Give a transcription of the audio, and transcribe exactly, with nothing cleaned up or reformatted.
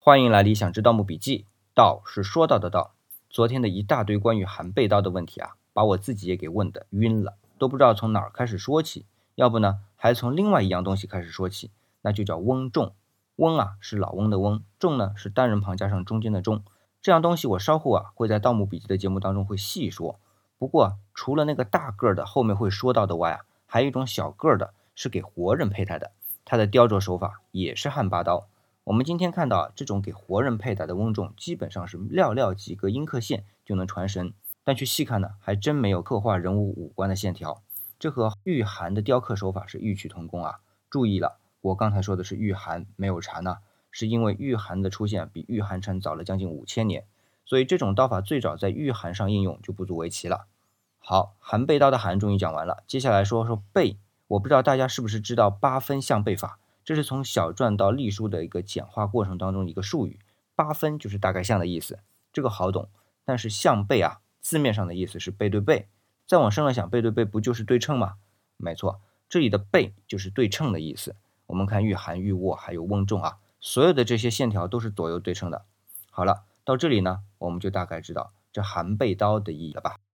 欢迎来理想之盗墓笔记，盗是说到的盗。昨天的一大堆关于韩被盗的问题啊，把我自己也给问的晕了，都不知道从哪儿开始说起。要不呢，还从另外一样东西开始说起，那就叫翁仲。翁啊是老翁的翁，仲呢是单人旁加上中间的中。这样东西我稍后啊会在盗墓笔记的节目当中会细说。不过、啊、除了那个大个的后面会说到的外啊，还有一种小个的是给活人佩戴的，它的雕琢手法也是汉八刀。我们今天看到这种给活人佩戴的翁仲，基本上是寥寥几个阴刻线就能传神，但去细看呢，还真没有刻画人物五官的线条。这和玉函的雕刻手法是异曲同工啊！注意了，我刚才说的是玉函，没有蝉呢、啊，是因为玉函的出现比玉函蝉早了将近五千年，所以这种刀法最早在玉函上应用就不足为奇了。好，韩被刀的韩终于讲完了，接下来说说被。我不知道大家是不是知道八分相被法？这是从小篆到隶书的一个简化过程当中的一个术语，八分就是大概像的意思，这个好懂。但是相背啊，字面上的意思是背对背，再往深了想，背对背不就是对称吗？没错，这里的背就是对称的意思。我们看玉函、玉握还有翁仲啊，所有的这些线条都是左右对称的。好了，到这里呢，我们就大概知道这韩被刀的意义了吧。